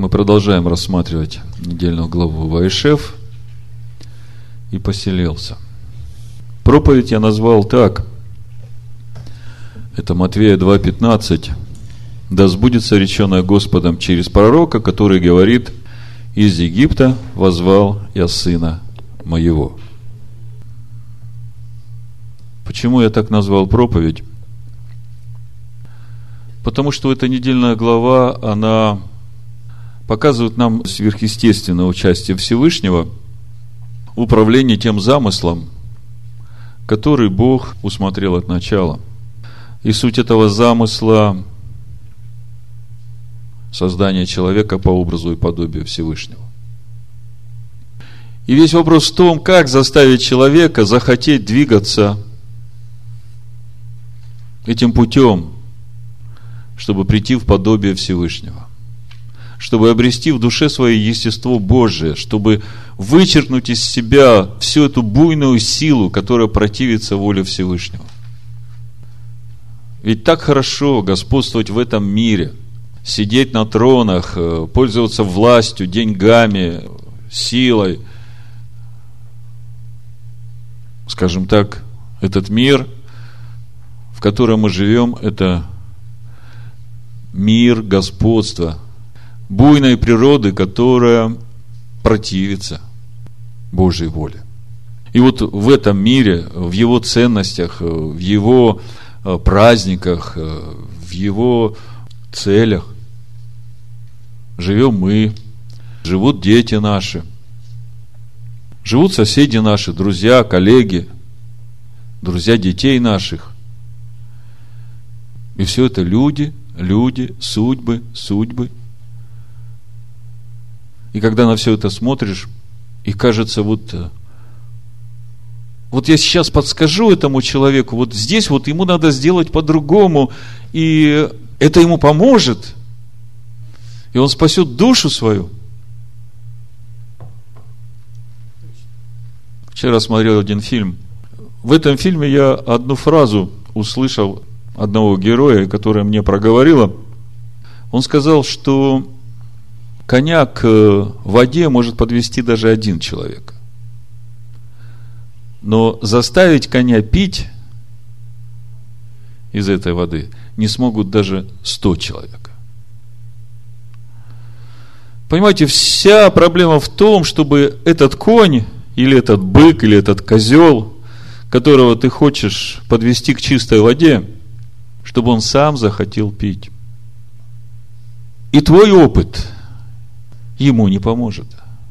Мы продолжаем рассматривать недельную главу Ваишев и поселился. Проповедь я назвал так. Это Матвея 2:15. Да сбудется реченное Господом через пророка, который говорит: из Египта воззвал я сына моего. Почему я так назвал проповедь? Потому что эта недельная глава, она показывает нам сверхъестественное участие Всевышнего в управлении тем замыслом, который Бог усмотрел от начала. И суть этого замысла – создание человека по образу и подобию Всевышнего. И весь вопрос в том, как заставить человека захотеть двигаться этим путем, чтобы прийти в подобие Всевышнего, чтобы обрести в душе свое естество Божие, чтобы вычеркнуть из себя всю эту буйную силу, которая противится воле Всевышнего. Ведь так хорошо господствовать в этом мире, сидеть на тронах, пользоваться властью, деньгами, силой. Скажем так, этот мир, в котором мы живем, это мир господства, буйной природы, которая противится Божьей воле. И вот в этом мире, в его ценностях, в его праздниках, в его целях живем мы, живут дети наши, живут соседи наши, друзья, коллеги, друзья детей наших. И все это люди, судьбы. И когда на все это смотришь, и кажется, вот я сейчас подскажу этому человеку, вот здесь вот ему надо сделать по-другому, и это ему поможет, и он спасет душу свою. Вчера смотрел один фильм. В этом фильме я одну фразу услышал одного героя, которая мне проговорила. Он сказал, что коня к воде может подвести даже один человек. Но заставить коня пить из этой воды не смогут даже 100 человек. Понимаете, вся проблема в том, чтобы этот конь, или этот бык, или этот козел, которого ты хочешь подвести к чистой воде, чтобы он сам захотел пить. И твой опыт ему не поможет.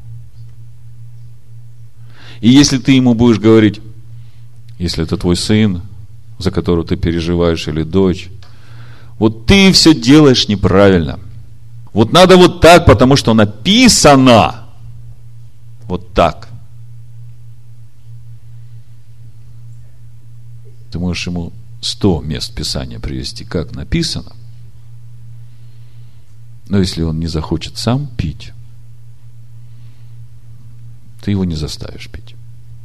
И если ты ему будешь говорить, если это твой сын, за которого ты переживаешь, или дочь, вот ты все делаешь неправильно. Вот надо вот так, потому что написано вот так. Ты можешь ему 100 мест Писания привести, как написано. Но если он не захочет сам пить, ты его не заставишь пить.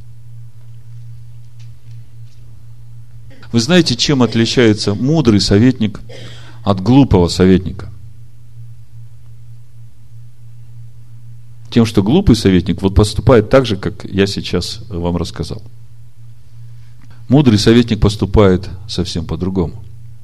Вы знаете, чем отличается мудрый советник от глупого советника? Тем, что глупый советник вот поступает так же, как я сейчас вам рассказал. Мудрый советник поступает совсем по-другому.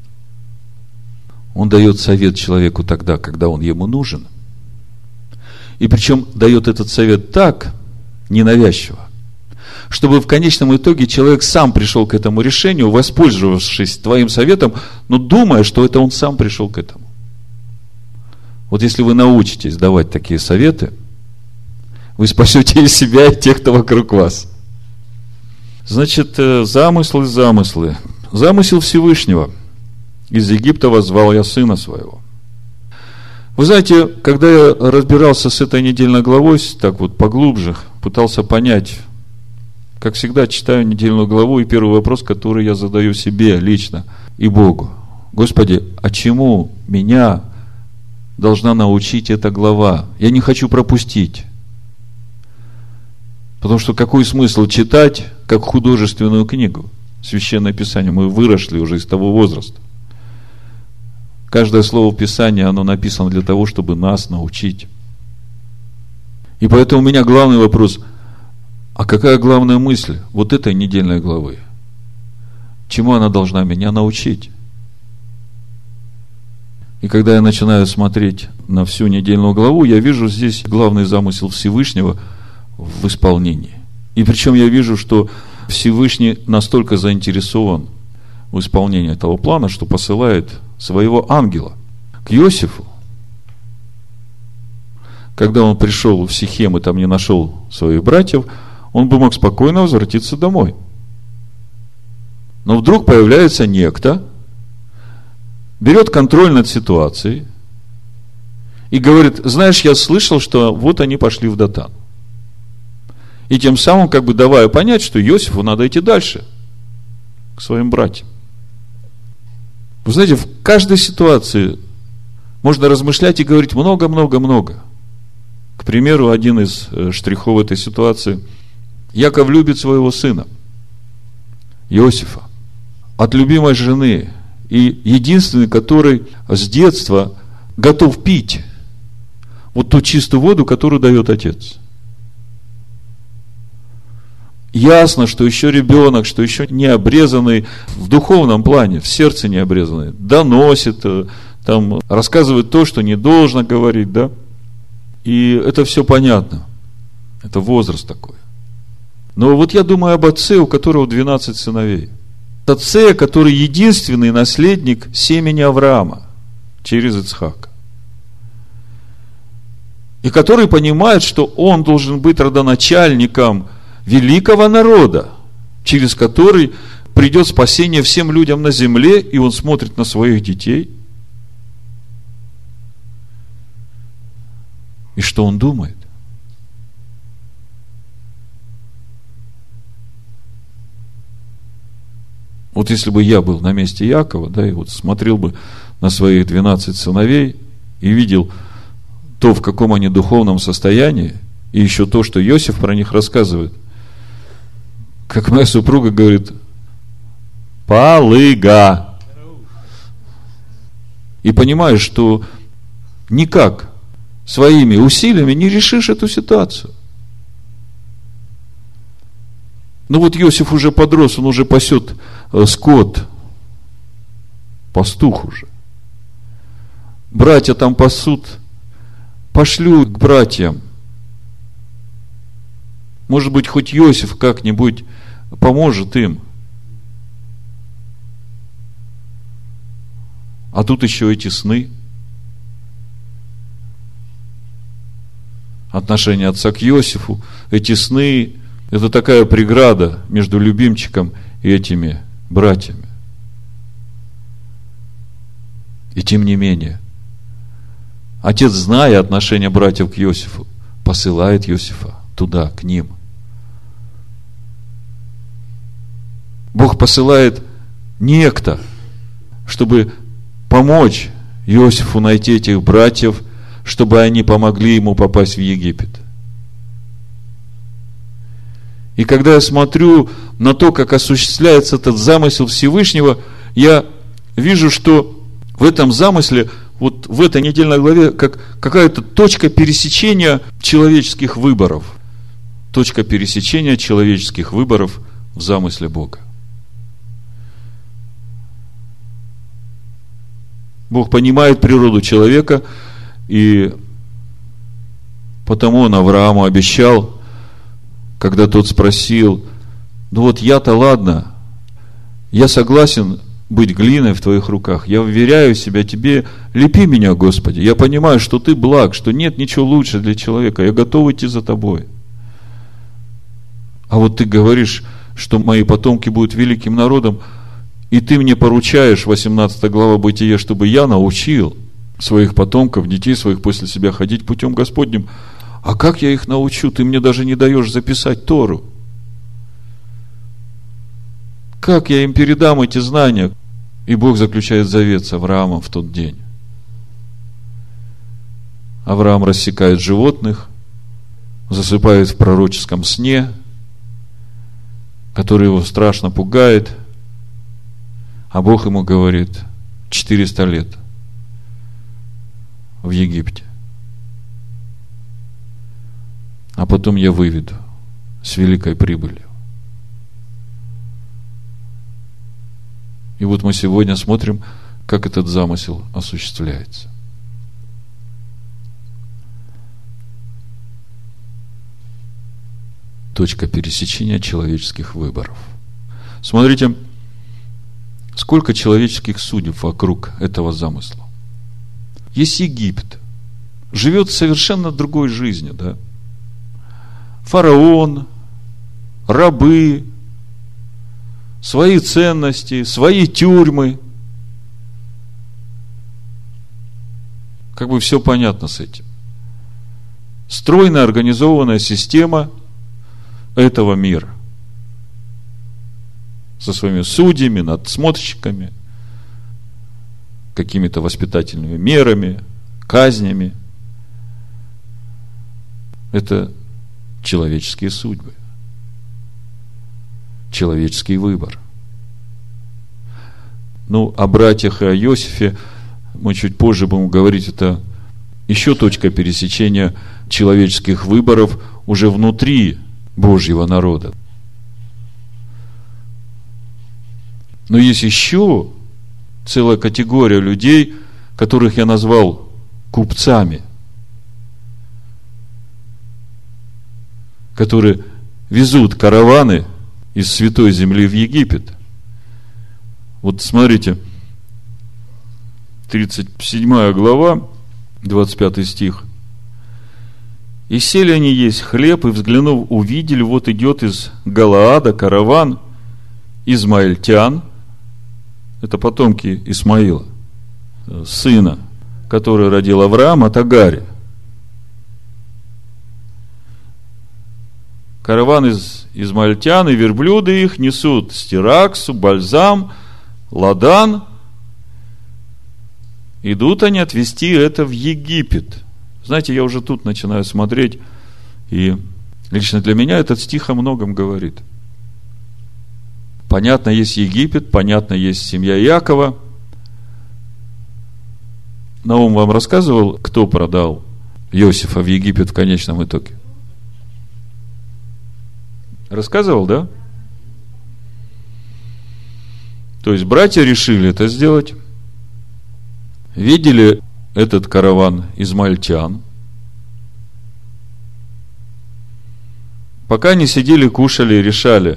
Он дает совет человеку тогда, когда он ему нужен. И причем дает этот совет так, ненавязчиво, чтобы в конечном итоге человек сам пришел к этому решению, воспользовавшись твоим советом, но думая, что это он сам пришел к этому. Вот если вы научитесь давать такие советы, вы спасете и себя, и тех, кто вокруг вас. Значит, замыслы. Замысел Всевышнего. Из Египта воззвал я сына своего. Вы знаете, когда я разбирался с этой недельной главой, так вот поглубже, пытался понять, как всегда читаю недельную главу, и первый вопрос, который я задаю себе лично и Богу: Господи, а чему меня должна научить эта глава? Я не хочу пропустить. Потому что какой смысл читать, как художественную книгу, Священное Писание? Мы выросли уже из того возраста. Каждое слово в Писании, оно написано для того, чтобы нас научить. И поэтому у меня главный вопрос: а какая главная мысль вот этой недельной главы? Чему она должна меня научить? И когда я начинаю смотреть на всю недельную главу, я вижу здесь главный замысел Всевышнего в исполнении. И причем я вижу, что Всевышний настолько заинтересован в исполнении этого плана, что посылает своего ангела к Иосифу. Когда он пришел в Сихем и там не нашел своих братьев, он бы мог спокойно возвратиться домой. Но вдруг появляется некто, берет контроль над ситуацией и говорит: знаешь, я слышал, что вот они пошли в Датан. И тем самым как бы давая понять, что Иосифу надо идти дальше, к своим братьям. Вы знаете, в каждой ситуации можно размышлять и говорить много-много-много. К примеру, один из штрихов этой ситуации: Яков любит своего сына Иосифа от любимой жены, и единственный, который с детства готов пить вот ту чистую воду, которую дает отец. Ясно, что еще ребенок, что еще не обрезанный в духовном плане, в сердце не обрезанный, доносит, там, рассказывает то, что не должно говорить, да? И это все понятно. Это возраст такой. Но вот я думаю об отце, у которого 12 сыновей. Отце, который единственный наследник семени Авраама через Ицхака. И который понимает, что он должен быть родоначальником великого народа, через который придет спасение всем людям на земле, и он смотрит на своих детей. И что он думает? Вот если бы я был на месте Иакова, да, и вот смотрел бы на своих 12 сыновей и видел то, в каком они духовном состоянии, и еще то, что Иосиф про них рассказывает. Как моя супруга говорит: полыга. И понимаешь, что никак своими усилиями не решишь эту ситуацию. Ну вот Иосиф уже подрос, он уже пасет скот, пастух уже. Братья там пасут, пошлю к братьям. Может быть, хоть Иосиф как-нибудь поможет им. А тут еще эти сны. Отношение отца к Иосифу. Эти сны – это такая преграда между любимчиком и этими братьями. И тем не менее, отец, зная отношение братьев к Иосифу, посылает Иосифа туда, к ним. Бог посылает некто, чтобы помочь Иосифу найти этих братьев, чтобы они помогли ему попасть в Египет. И когда я смотрю на то, как осуществляется этот замысел Всевышнего, я вижу, что в этом замысле, вот в этой недельной главе, как какая-то точка пересечения человеческих выборов. Точка пересечения человеческих выборов в замысле Бога. Бог понимает природу человека, и потому он Аврааму обещал, когда тот спросил: ну вот я-то ладно, я согласен быть глиной в твоих руках, я вверяю себя тебе, лепи меня, Господи, я понимаю, что ты благ, что нет ничего лучше для человека, я готов идти за тобой. А вот ты говоришь, что мои потомки будут великим народом, и ты мне поручаешь, 18 глава Бытия, чтобы я научил своих потомков, детей своих после себя ходить путем Господним. А как я их научу? Ты мне даже не даешь записать Тору. Как я им передам эти знания? И Бог заключает завет с Авраамом в тот день. Авраам рассекает животных, засыпает в пророческом сне, который его страшно пугает, а Бог ему говорит: 400 лет в Египте. А потом я выведу с великой прибылью. И вот мы сегодня смотрим, как этот замысел осуществляется. Точка пересечения человеческих выборов. Смотрите, сколько человеческих судеб вокруг этого замысла. Есть Египет, живет совершенно другой жизнью, да? Фараон, рабы, свои ценности, свои тюрьмы. Как бы все понятно с этим. Стройная, организованная система этого мира. Со своими судьями, надсмотрщиками, какими-то воспитательными мерами, казнями. Это человеческие судьбы. Человеческий выбор. Ну, о братьях и о Иосифе мы чуть позже будем говорить. Это еще точка пересечения человеческих выборов уже внутри Божьего народа. Но есть еще целая категория людей, которых я назвал купцами, которые везут караваны из Святой Земли в Египет. Вот смотрите, 37 глава, 25 стих. «И сели они есть хлеб, и, взглянув, увидели, вот идет из Галаада караван измаильтян». Это потомки Исмаила, сына, который родил Авраам от Агари. Караван из измаильтян, и верблюды их несут стираксу, бальзам, ладан. Идут они отвезти это в Египет. Знаете, я уже тут начинаю смотреть, и лично для меня этот стих о многом говорит. Понятно, есть Египет, понятно, есть семья Иакова. Наум вам рассказывал, кто продал Иосифа в Египет в конечном итоге? Рассказывал, да? То есть братья решили это сделать. Видели этот караван измаильтян. Пока они сидели, кушали, решали.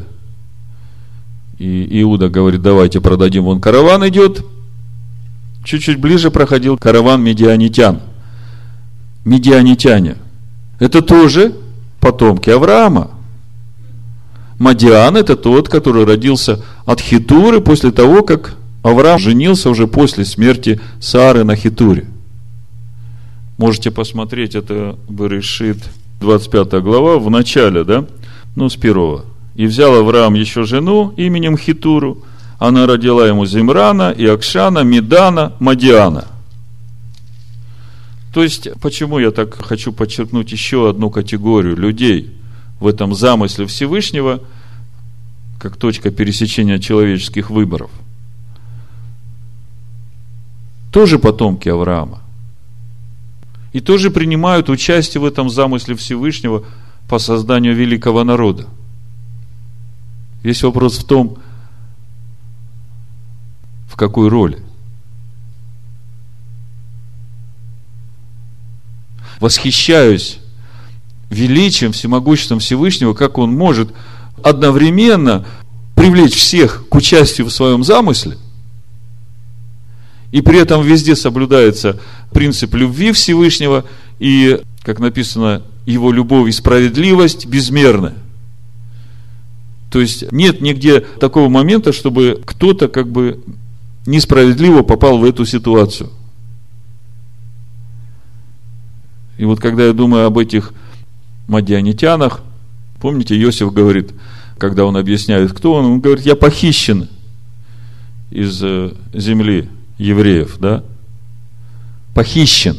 И Иуда говорит: давайте продадим, вон караван идет. Чуть-чуть ближе проходил караван медианитян. Медианитяне — это тоже потомки Авраама. Мадиан — это тот, который родился от Хетуры после того, как Авраам женился уже после смерти Сары на Хетуре. Можете посмотреть, это Берешит, 25 глава, в начале, да? С 1. «И взял Авраам еще жену именем Хетуру, она родила ему Зимрана, Иакшана, Медана, Мадиана». То есть, почему я так хочу подчеркнуть еще одну категорию людей в этом замысле Всевышнего, как точка пересечения человеческих выборов? Тоже потомки Авраама. И тоже принимают участие в этом замысле Всевышнего по созданию великого народа. Весь вопрос в том, в какой роли. Восхищаюсь величием, всемогуществом Всевышнего, как он может одновременно привлечь всех к участию в своем замысле, и при этом везде соблюдается принцип любви Всевышнего, и, как написано, его любовь и справедливость безмерны. То есть нет нигде такого момента, чтобы кто-то как бы несправедливо попал в эту ситуацию. И вот когда я думаю об этих мадианитянах, помните, Иосиф говорит, когда он объясняет, кто он говорит: я похищен из земли евреев, да? Похищен.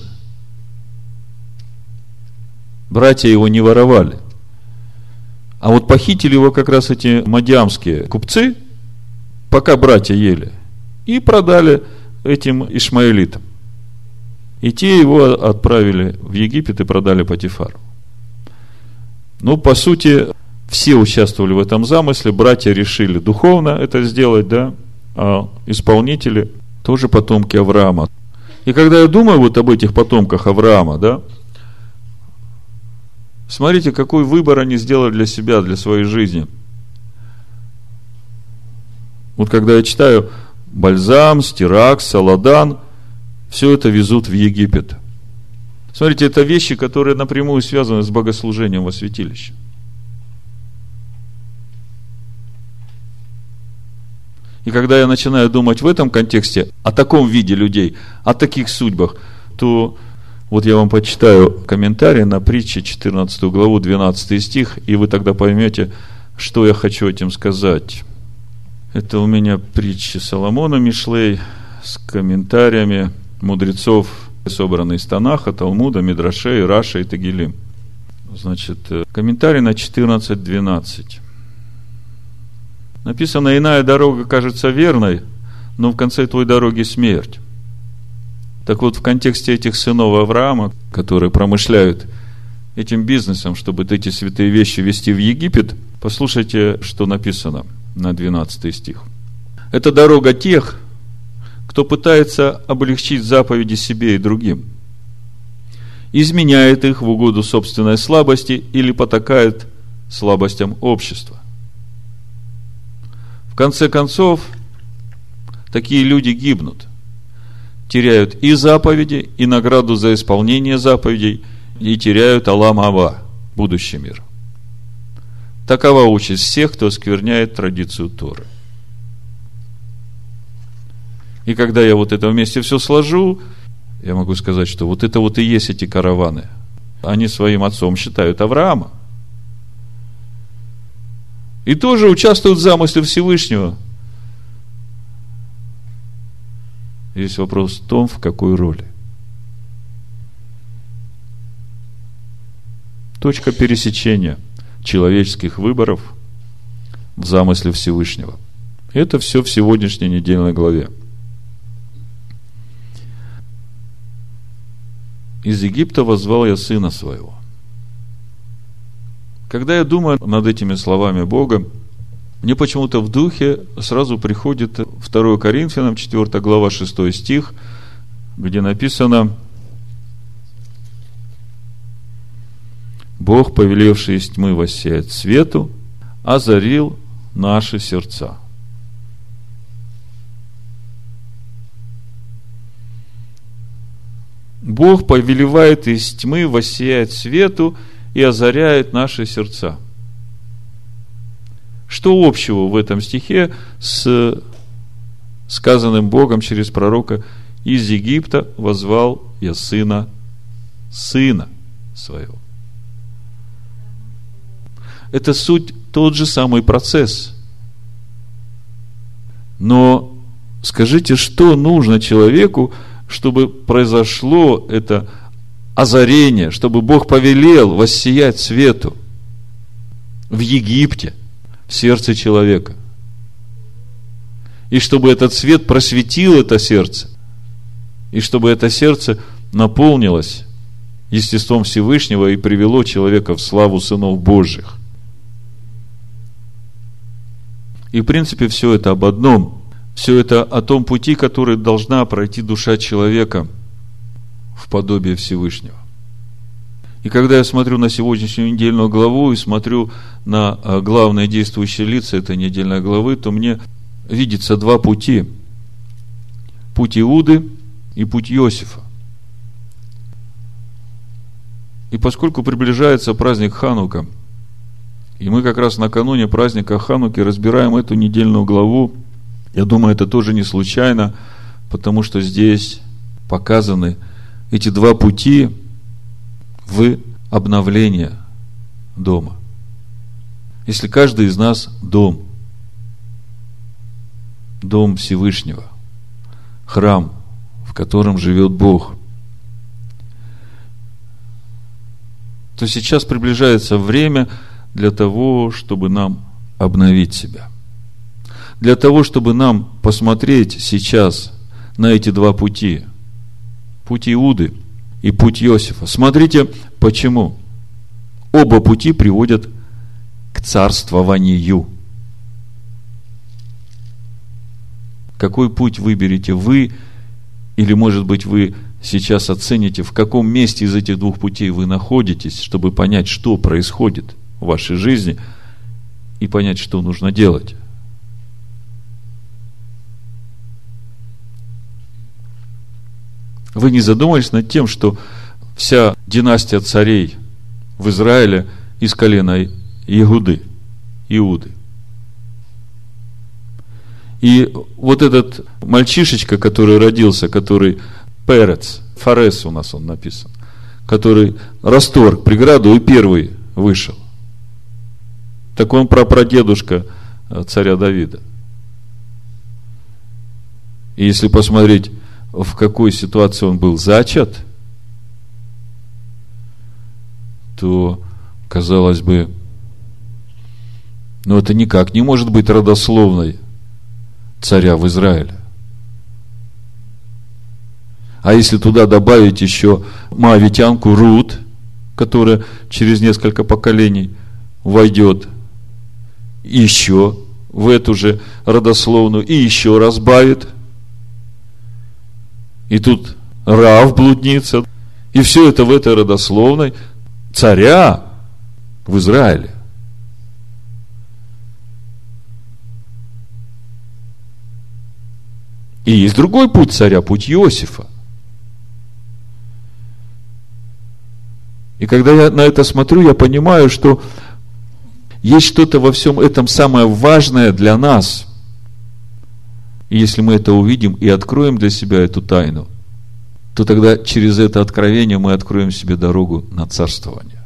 Братья его не воровали. А вот похитили его как раз эти мадиамские купцы, пока братья ели, и продали этим ишмаэлитам. И те его отправили в Египет и продали Потифару. Ну, по сути, все участвовали в этом замысле, братья решили духовно это сделать, да, а исполнители тоже потомки Авраама. И когда я думаю вот об этих потомках Авраама, да, смотрите, какой выбор они сделали для себя, для своей жизни. Вот когда я читаю Бальзам, Стирак, Саладан, все это везут в Египет. Смотрите, это вещи, которые напрямую связаны с богослужением во святилище. И когда я начинаю думать в этом контексте, о таком виде людей, о таких судьбах, то вот я вам почитаю комментарий на притче 14 главу, 12 стих, и вы тогда поймете, что я хочу этим сказать. Это у меня притчи Соломона Мишлей с комментариями мудрецов, собранные из Танаха, Талмуда, Мидрашей, Раша и Тегилим. Значит, комментарий на 14:12. Написано: иная дорога кажется верной, но в конце той дороги смерть. Так вот, в контексте этих сынов Авраама, которые промышляют этим бизнесом, чтобы эти святые вещи везти в Египет, послушайте, что написано на 12 стих. Это дорога тех, кто пытается облегчить заповеди себе и другим, изменяет их в угоду собственной слабости или потакает слабостям общества. В конце концов, такие люди гибнут, теряют и заповеди, и награду за исполнение заповедей, и теряют Алам Аба, будущий мир. Такова участь всех, кто оскверняет традицию Торы. И когда я вот это вместе все сложу, я могу сказать, что вот это вот и есть эти караваны. Они своим отцом считают Авраама. И тоже участвуют в замысле Всевышнего. Есть вопрос в том, в какой роли. Точка пересечения человеческих выборов в замысле Всевышнего. Это все в сегодняшней недельной главе. Из Египта воззвал я сына своего. Когда я думаю над этими словами Бога, мне почему-то в духе сразу приходит 2 Коринфянам, 4 глава, 6 стих, где написано: Бог, повелевший из тьмы воссеять свету, озарил наши сердца. Бог повелевает из тьмы воссеять свету и озаряет наши сердца. Что общего в этом стихе с сказанным Богом через пророка: из Египта воззвал я сына своего? Это суть тот же самый процесс. Но скажите, что нужно человеку, чтобы произошло это озарение, чтобы Бог повелел воссиять свету в Египте, в сердце человека, и чтобы этот свет просветил это сердце, и чтобы это сердце наполнилось естеством Всевышнего и привело человека в славу сынов Божьих. И в принципе все это об одном. Все это о том пути, который должна пройти душа человека в подобие Всевышнего. И когда я смотрю на сегодняшнюю недельную главу и смотрю на главные действующие лица этой недельной главы, то мне видится два пути. Путь Иуды и путь Иосифа. И поскольку приближается праздник Ханука, и мы как раз накануне праздника Хануки разбираем эту недельную главу, я думаю, это тоже не случайно, потому что здесь показаны эти два пути в обновление дома. Если каждый из нас дом Всевышнего, храм, в котором живет Бог, то сейчас приближается время для того, чтобы нам обновить себя. Для того, чтобы нам посмотреть сейчас на эти два пути. Путь Иуды и путь Иосифа. Смотрите, почему. Оба пути приводят к царствованию. Какой путь выберете вы, или, может быть, вы сейчас оцените, в каком месте из этих двух путей вы находитесь, чтобы понять, что происходит в вашей жизни, и понять, что нужно делать. Вы не задумывались над тем, что вся династия царей в Израиле из колена Иуды. И вот этот мальчишечка, который родился, который Перец, Фарес у нас он написан, который расторг преграду и первый вышел. Так он прапрадедушка царя Давида. И если посмотреть, в какой ситуации он был зачат, то, казалось бы, это никак не может быть родословной царя в Израиле. А если туда добавить еще моавитянку Рут, которая через несколько поколений войдет еще в эту же родословную и еще разбавит, и тут Раав блудница, и все это в этой родословной царя в Израиле. И есть другой путь царя, путь Иосифа. И когда я на это смотрю, я понимаю, что есть что-то во всем этом самое важное для нас. И если мы это увидим и откроем для себя эту тайну, то тогда через это откровение мы откроем себе дорогу на царствование.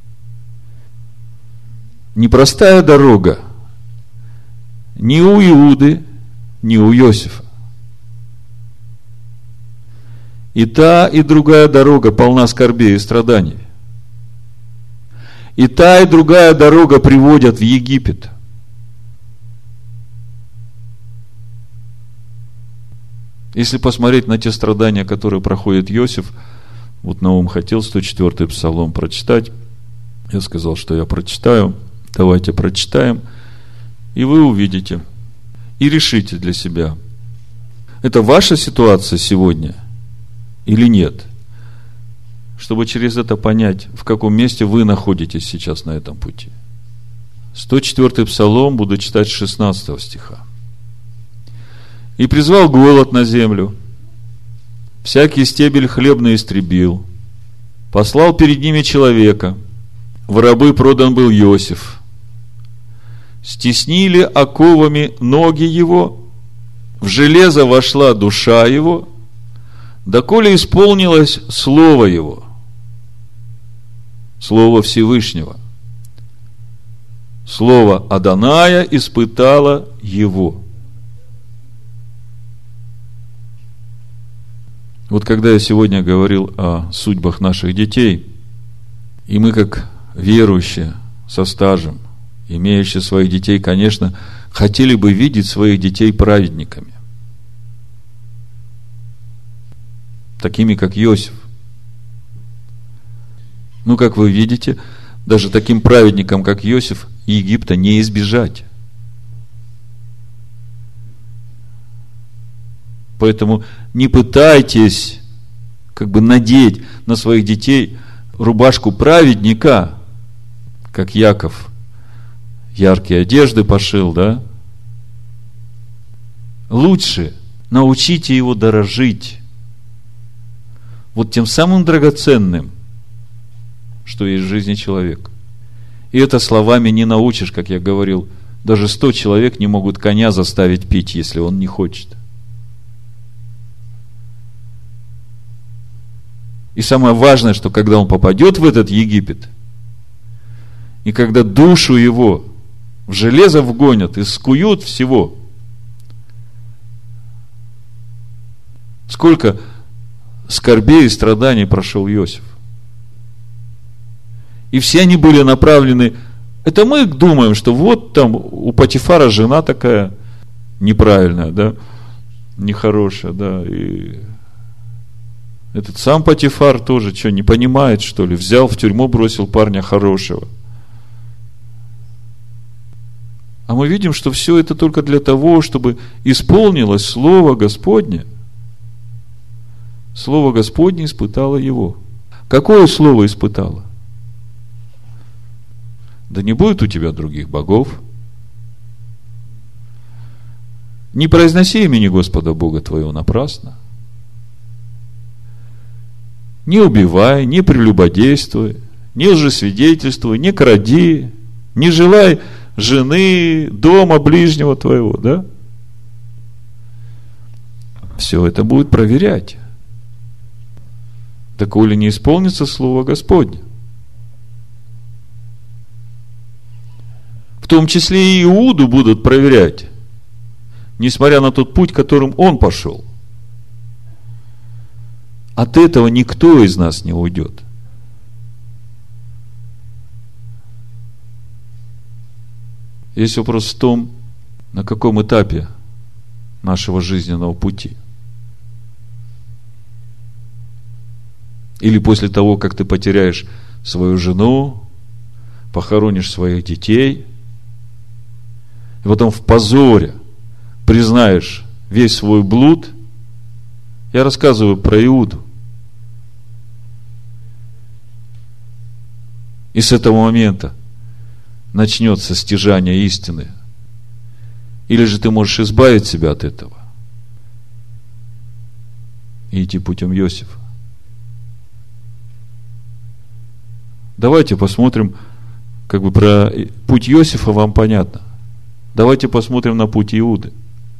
Непростая дорога ни у Иуды, ни у Иосифа. И та, и другая дорога полна скорбей и страданий. И та, и другая дорога приводят в Египет. Если посмотреть на те страдания, которые проходит Иосиф, вот Наум хотел 104-й псалом прочитать. Я сказал, что я прочитаю. Давайте прочитаем. И вы увидите. И решите для себя. Это ваша ситуация сегодня или нет? Чтобы через это понять, в каком месте вы находитесь сейчас на этом пути. 104-й псалом, буду читать с 16 стиха. «И призвал голод на землю, всякий стебель хлебный истребил, послал перед ними человека, в рабы продан был Иосиф. Стеснили оковами ноги его, в железо вошла душа его, доколе исполнилось слово его». Слово Всевышнего. Слово Адоная испытало его. Вот когда я сегодня говорил о судьбах наших детей, и мы, как верующие со стажем, имеющие своих детей, конечно, хотели бы видеть своих детей праведниками, такими, как Иосиф. Как вы видите, даже таким праведникам, как Иосиф, Египта не избежать. Поэтому не пытайтесь надеть на своих детей рубашку праведника, как Яков яркие одежды пошил, да? Лучше научите его дорожить вот тем самым драгоценным, что есть в жизни человека. И это словами не научишь, как я говорил. Даже 100 человек не могут коня заставить пить, если он не хочет. И самое важное, что когда он попадет в этот Египет, и когда душу его в железо вгонят и скуют всего, сколько скорбей и страданий прошел Иосиф. И все они были направлены. Это мы думаем, что вот там у Потифара жена такая неправильная, да, нехорошая, да, и Этот сам Потифар тоже что, не понимает, что ли? Взял в тюрьму, бросил парня хорошего. А мы видим, что все это только для того, чтобы исполнилось Слово Господне. Слово Господне испытало его. Какое слово испытало? Да не будет у тебя других богов. Не произноси имени Господа Бога твоего напрасно. Не убивай, не прелюбодействуй, не лжесвидетельствуй, не кради, не желай жены, дома ближнего твоего, да? Все это будет проверять. Так коли не исполнится Слово Господне. В том числе и Иуду будут проверять, несмотря на тот путь, которым он пошел. От этого никто из нас не уйдет. Есть вопрос в том, на каком этапе нашего жизненного пути. Или после того, как ты потеряешь свою жену, похоронишь своих детей, и потом в позоре признаешь весь свой блуд. Я рассказываю про Иуду. И с этого момента начнется стяжание истины. Или же ты можешь избавить себя от этого и идти путем Иосифа. Давайте посмотрим, как бы про путь Иосифа вам понятно. Давайте посмотрим на путь Иуды.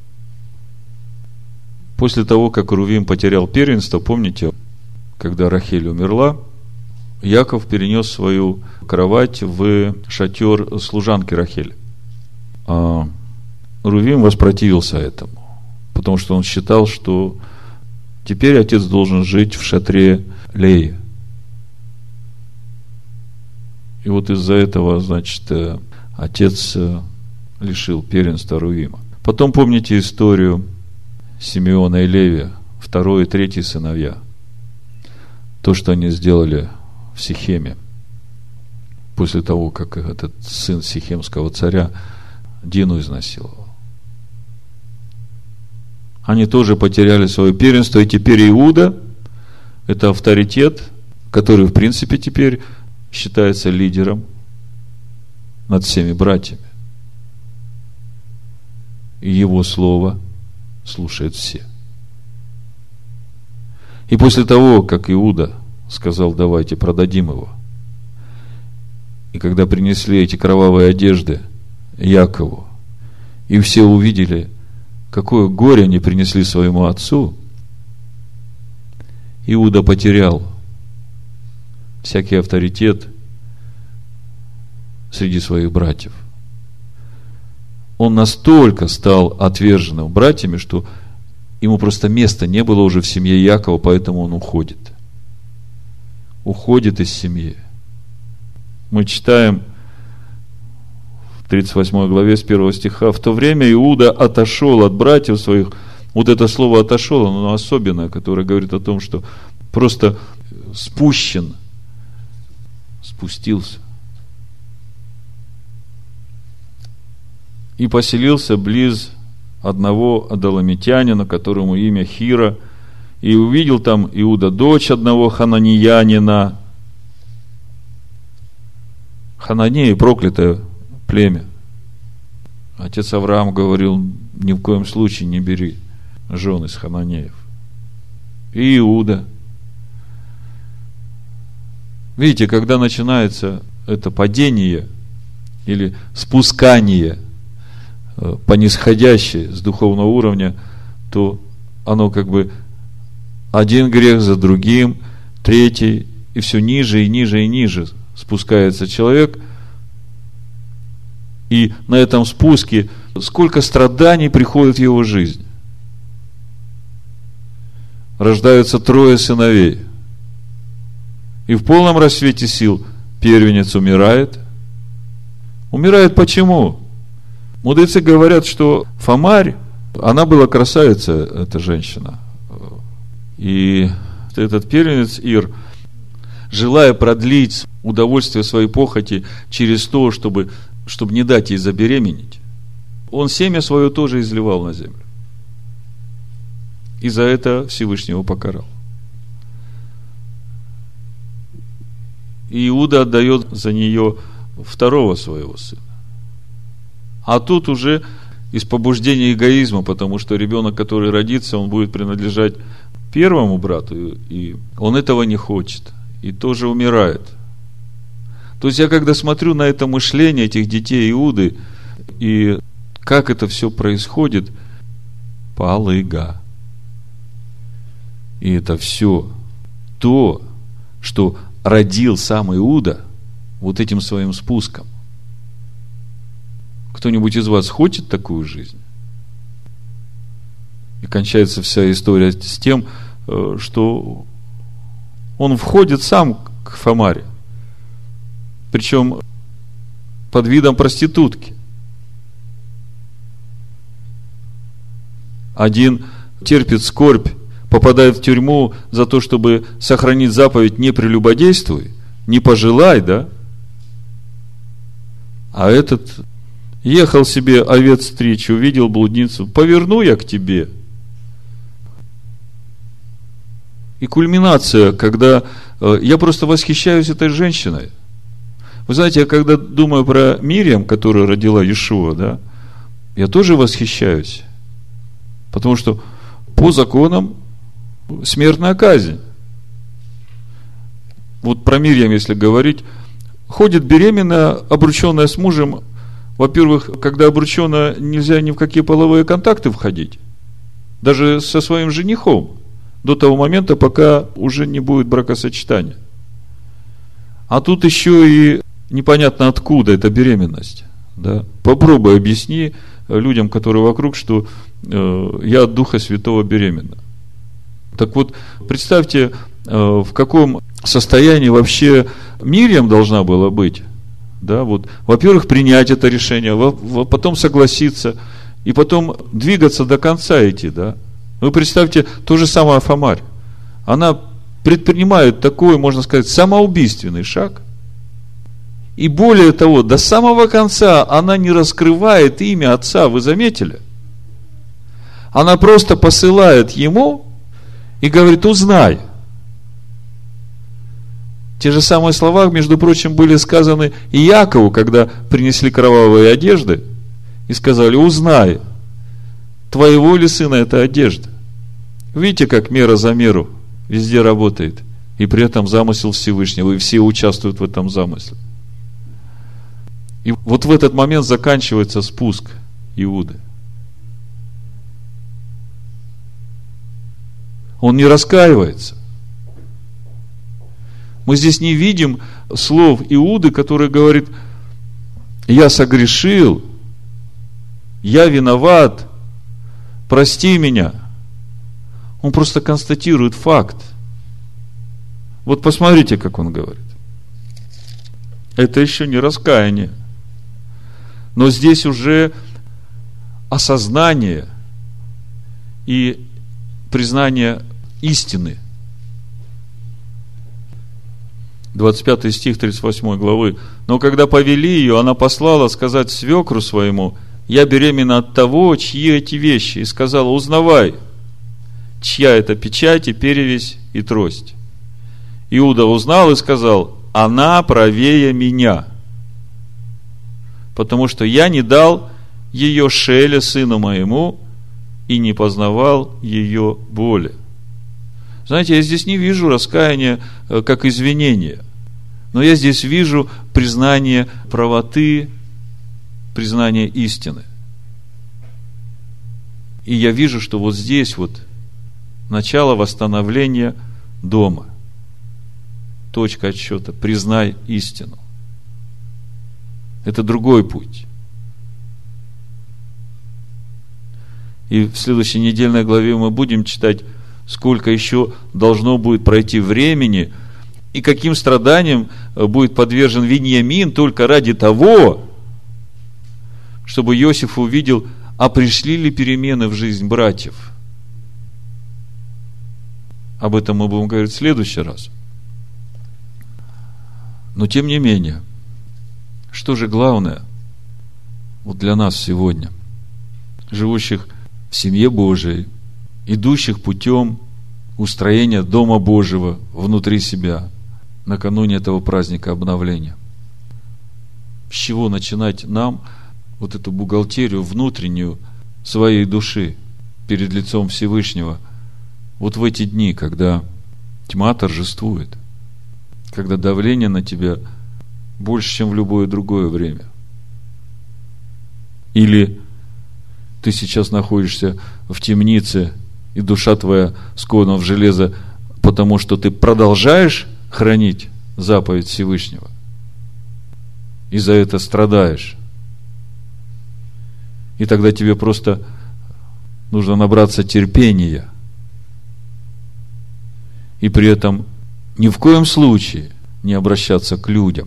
После того, как Рувим потерял первенство, помните, когда Рахель умерла, Яков перенес свою кровать в шатер служанки Рахель. А Рувим воспротивился этому, потому что он считал, что теперь отец должен жить в шатре Леи. И вот из-за этого, значит, отец лишил первенства Рувима. Потом помните историю Симеона и Левия, второй и третий сыновья. То, что они сделали в Сихеме, после того, как этот сын сихемского царя Дину изнасиловал. Они тоже потеряли свое первенство, и теперь Иуда – это авторитет, который, в принципе, теперь считается лидером над всеми братьями. И его слово слушают все. И после того, как Иуда сказал: давайте продадим его, и когда принесли эти кровавые одежды Якову, и все увидели, какое горе они принесли своему отцу, Иуда потерял всякий авторитет среди своих братьев. Он настолько стал отверженным братьями, что ему просто места не было уже в семье Якова, поэтому он уходит. Уходит из семьи. Мы читаем в 38 главе с 1 стиха: в то время Иуда отошел от братьев своих. Вот это слово «отошел», оно особенное, которое говорит о том, что просто спустился. И поселился близ одного адаламитянина, которому имя Хира, и увидел там Иуда дочь одного хананеянина. Хананеи — проклятое племя. Отец Авраам говорил: ни в коем случае не бери жен из хананеев. И Иуда. Видите, когда начинается это падение или спускание по нисходящей с духовного уровня, то оно как бы один грех за другим, третий, и все ниже и ниже и ниже спускается человек. И на этом спуске сколько страданий приходит в его жизнь. Рождаются 3 сыновей. И в полном рассвете сил первенец умирает. Умирает почему? Мудрецы говорят, что Фомарь, она была красавица, эта женщина. И этот первенец Ир, желая продлить удовольствие своей похоти через то, чтобы не дать ей забеременеть, он семя свое тоже изливал на землю. И за это Всевышний его покарал. И Иуда отдает за нее второго своего сына. А тут уже из побуждения эгоизма, потому что ребенок, который родится, он будет принадлежать первому брату, и он этого не хочет, и тоже умирает. То есть я когда смотрю на это мышление этих детей Иуды, и как это все происходит, палыга. И это все то, что родил сам Иуда вот этим своим спуском. Кто-нибудь из вас хочет такую жизнь? И кончается вся история с тем, что он входит сам к Фомаре. Причем под видом проститутки. Один терпит скорбь, попадает в тюрьму за то, чтобы сохранить заповедь «не прелюбодействуй», «не пожелай», да? А этот ехал себе овец стричь, увидел блудницу, поверну я к тебе. И кульминация, когда я просто восхищаюсь этой женщиной. Вы знаете, я когда думаю про Мириам, которая родила Иешуа, да, я тоже восхищаюсь. Потому что по законам смертная казнь. Вот про Мириам, если говорить, ходит беременная, обрученная с мужем. Во-первых, когда обручена, нельзя ни в какие половые контакты входить. Даже со своим женихом. До того момента, пока уже не будет бракосочетания. А тут еще и непонятно откуда эта беременность. Да? Попробуй объясни людям, которые вокруг, что я от Духа Святого беременна. Так вот, представьте, в каком состоянии вообще Мириам должна была быть. Да, вот, во-первых, принять это решение, потом согласиться, и потом двигаться до конца идти. Да? Вы представьте, то же самое Фомарь. Она предпринимает такой, можно сказать, самоубийственный шаг. И более того, до самого конца она не раскрывает имя отца. Вы заметили? Она просто посылает ему и говорит: узнай. Те же самые слова, между прочим, были сказаны и Якову, когда принесли кровавые одежды и сказали: узнай, твоего ли сына эта одежда. Видите, как мера за меру везде работает. И при этом замысел Всевышнего, и все участвуют в этом замысле. И вот в этот момент заканчивается спуск Иуды. Он не раскаивается. Мы здесь не видим слов Иуды, который говорит: я согрешил, я виноват, прости меня. Он просто констатирует факт. Вот посмотрите, как он говорит. Это еще не раскаяние. Но здесь уже осознание и признание истины. 25 стих 38 главы. Но когда повели ее, она послала сказать свекру своему: я беременна от того, чьи эти вещи. И сказала: узнавай, чья это печать и перевесь и трость. Иуда узнал и сказал: она правее меня, потому что я не дал ее Шеле, сыну моему, и не познавал ее боли. Знаете, я здесь не вижу раскаяния как извинения, но я здесь вижу признание правоты, признание истины. И я вижу, что вот здесь вот начало восстановления дома. Точка отсчета. Признай истину. Это другой путь. И в следующей недельной главе мы будем читать, сколько еще должно будет пройти времени, и каким страданиям будет подвержен Виньямин только ради того, чтобы Иосиф увидел, а пришли ли перемены в жизнь братьев. об этом мы будем говорить в следующий раз. Но тем не менее, что же главное вот для нас сегодня, живущих в семье Божией, идущих путем устроения Дома Божьего внутри себя, накануне этого праздника обновления? С чего начинать нам вот эту бухгалтерию внутреннюю своей души перед лицом Всевышнего вот в эти дни, когда тьма торжествует, когда давление на тебя больше, чем в любое другое время? Или ты сейчас находишься в темнице, и душа твоя скована в железо, потому что ты продолжаешь хранить заповедь Всевышнего, и за это страдаешь. И тогда тебе просто нужно набраться терпения, и при этом ни в коем случае не обращаться к людям.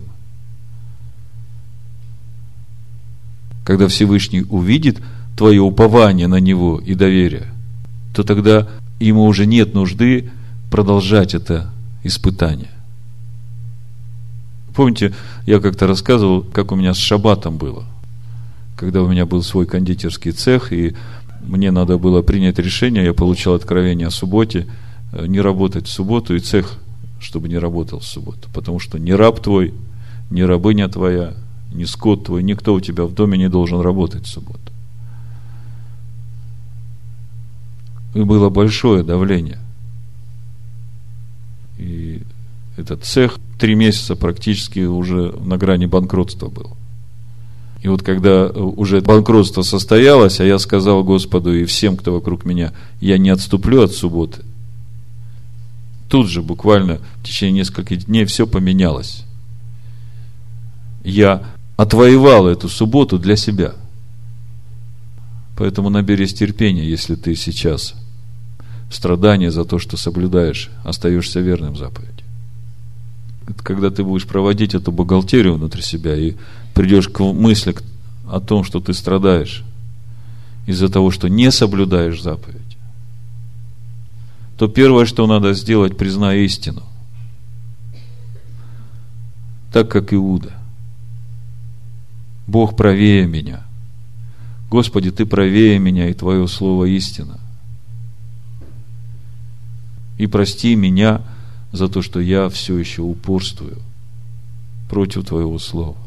Когда Всевышний увидит твое упование на Него и доверие, то тогда ему уже нет нужды продолжать это испытание. Помните, я как-то рассказывал, как у меня с шаббатом было, когда у меня был свой кондитерский цех, и мне надо было принять решение, я получил откровение о субботе, не работать в субботу, и цех, чтобы не работал в субботу, потому что ни раб твой, ни рабыня твоя, ни скот твой, никто у тебя в доме не должен работать в субботу. И было большое давление. И этот цех 3 месяца практически уже на грани банкротства был. И вот когда уже банкротство состоялось, а я сказал Господу и всем, кто вокруг меня, я не отступлю от субботы, тут же буквально в течение нескольких дней все поменялось. Я отвоевал эту субботу для себя. Поэтому наберись терпения, если ты сейчас в страдании за то, что соблюдаешь, остаешься верным заповеди. Это когда ты будешь проводить эту бухгалтерию внутри себя и придешь к мысли о том, что ты страдаешь из-за того, что не соблюдаешь заповедь, то первое, что надо сделать, признай истину. Так как Иуда. Бог правее меня. Господи, Ты правее меня, и Твое Слово истина. И прости меня за то, что я все еще упорствую против Твоего Слова.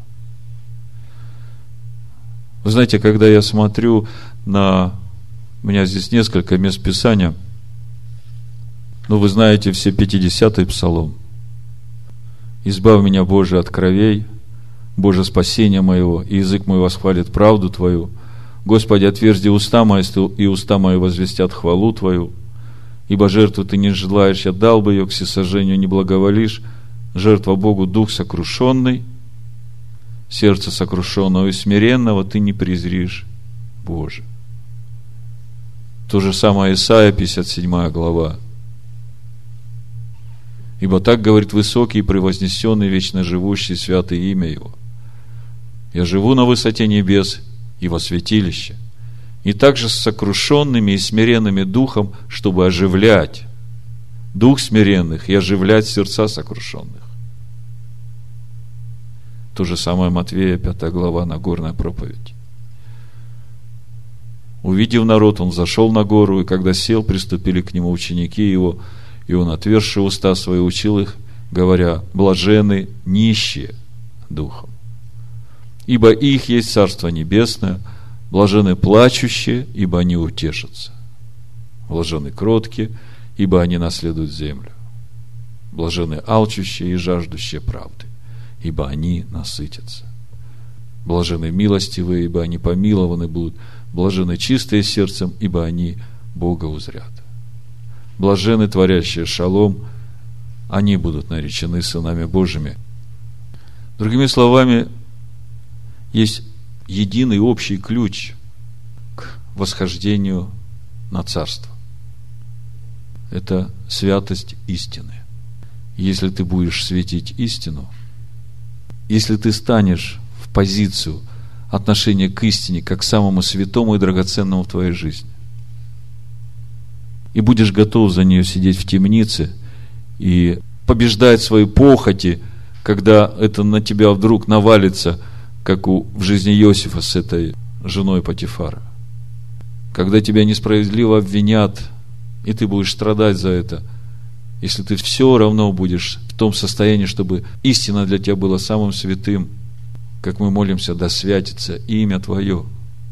Вы знаете, когда я смотрю на... У меня здесь несколько мест Писания. Вы знаете все 50-й псалом. «Избавь меня, Боже, от кровей, Боже, спасение моего, и язык мой восхвалит правду Твою. Господи, отверзи уста мои, и уста мои возвестят хвалу Твою. Ибо жертву Ты не желаешь, я дал бы ее, к всесожжению не благоволишь. Жертва Богу дух сокрушенный, сердце сокрушенного и смиренного Ты не презришь, Боже». То же самое Исайя, 57 глава. «Ибо так говорит высокий и превознесенный, вечно живущий, святое имя Его. Я живу на высоте небес и во святилище, и также с сокрушенными и смиренными духом, чтобы оживлять дух смиренных и оживлять сердца сокрушенных». То же самое Матвея, 5 глава, Нагорная проповедь. «Увидев народ, он взошел на гору, и когда сел, приступили к нему ученики его, и он, отверзши уста свои, учил их, говоря: блаженны нищие духом, ибо их есть Царство Небесное, блаженны плачущие, ибо они утешатся, блаженны кроткие, ибо они наследуют землю, блаженны алчущие и жаждущие правды, ибо они насытятся, блаженны милостивые, ибо они помилованы будут, блаженны чистые сердцем, ибо они Бога узрят. Блаженны творящие шалом, они будут наречены сынами Божьими». Другими словами, есть единый общий ключ к восхождению на царство. Это святость истины. Если ты будешь светить истину, если ты станешь в позицию отношения к истине как к самому святому и драгоценному в твоей жизни, и будешь готов за нее сидеть в темнице и побеждать свои похоти, когда это на тебя вдруг навалится, как в жизни Иосифа с этой женой Потифара. Когда тебя несправедливо обвинят, и ты будешь страдать за это, если ты все равно будешь в том состоянии, чтобы истина для тебя была самым святым, как мы молимся, да святится имя Твое.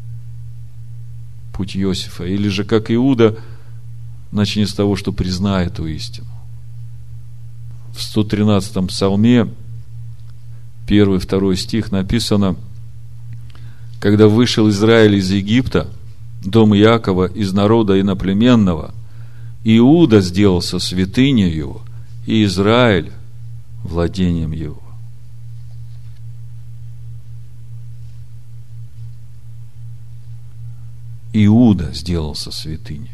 Путь Иосифа. Или же, как Иуда, начни с того, что признай эту истину. В 113-м псалме 1-2 стих написано: когда вышел Израиль из Египта, дом Иакова из народа иноплеменного, Иуда сделался святыней его, и Израиль владением его. Иуда сделался святыней.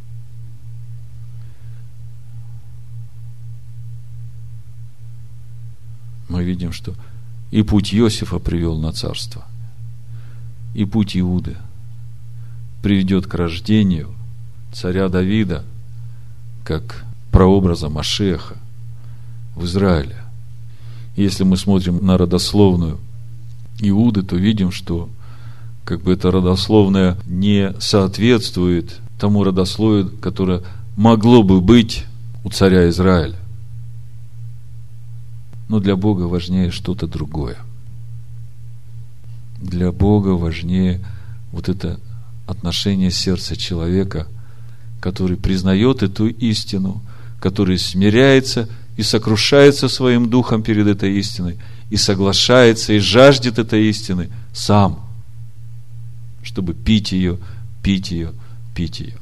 Мы видим, что и путь Иосифа привел на царство, и путь Иуды приведет к рождению царя Давида, как прообраза Машиаха в Израиле. И если мы смотрим на родословную Иуды, то видим, что как бы эта родословная не соответствует тому родословию, которое могло бы быть у царя Израиля. Но для Бога важнее что-то другое. Для Бога важнее вот это отношение сердца человека, который признает эту истину, который смиряется и сокрушается своим духом перед этой истиной, и соглашается, и жаждет этой истины сам, чтобы пить ее, пить ее, пить ее.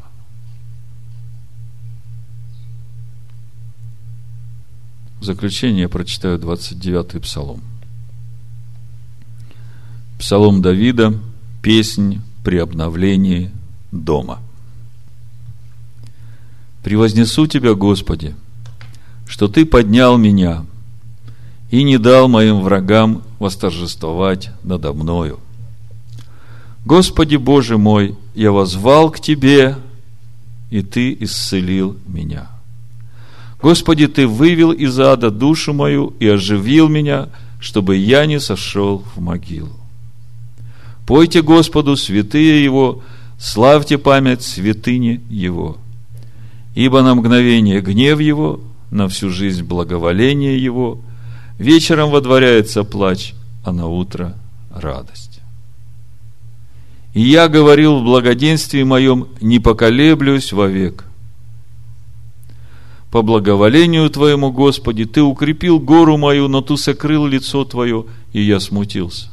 В заключение я прочитаю 29-й псалом. Псалом Давида, песнь при обновлении дома. «Превознесу Тебя, Господи, что Ты поднял меня и не дал моим врагам восторжествовать надо мною. Господи Боже мой, я воззвал к Тебе, и Ты исцелил меня. Господи, Ты вывел из ада душу мою и оживил меня, чтобы я не сошел в могилу. Пойте Господу, святые Его, славьте память святыни Его. Ибо на мгновение гнев Его, на всю жизнь благоволение Его, вечером водворяется плач, а на утро радость. И я говорил в благоденствии моем, не поколеблюсь вовек. По благоволению Твоему, Господи, Ты укрепил гору мою, но Ты сокрыл лицо Твое, и я смутился.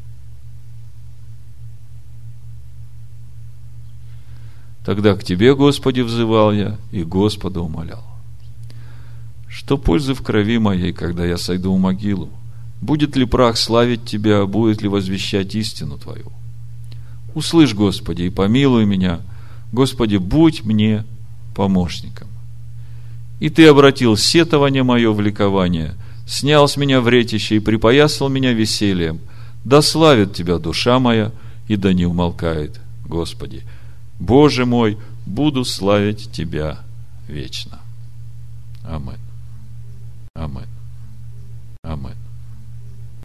Тогда к Тебе, Господи, взывал я, и Господа умолял. Что пользы в крови моей, когда я сойду в могилу? Будет ли прах славить Тебя, будет ли возвещать истину Твою? Услышь, Господи, и помилуй меня. Господи, будь мне помощником. И Ты обратил сетование мое в ликование, снял с меня вретище и припоясал меня весельем. Да славит Тебя душа моя, и да не умолкает, Господи. Боже мой, буду славить Тебя вечно. Аминь. Аминь.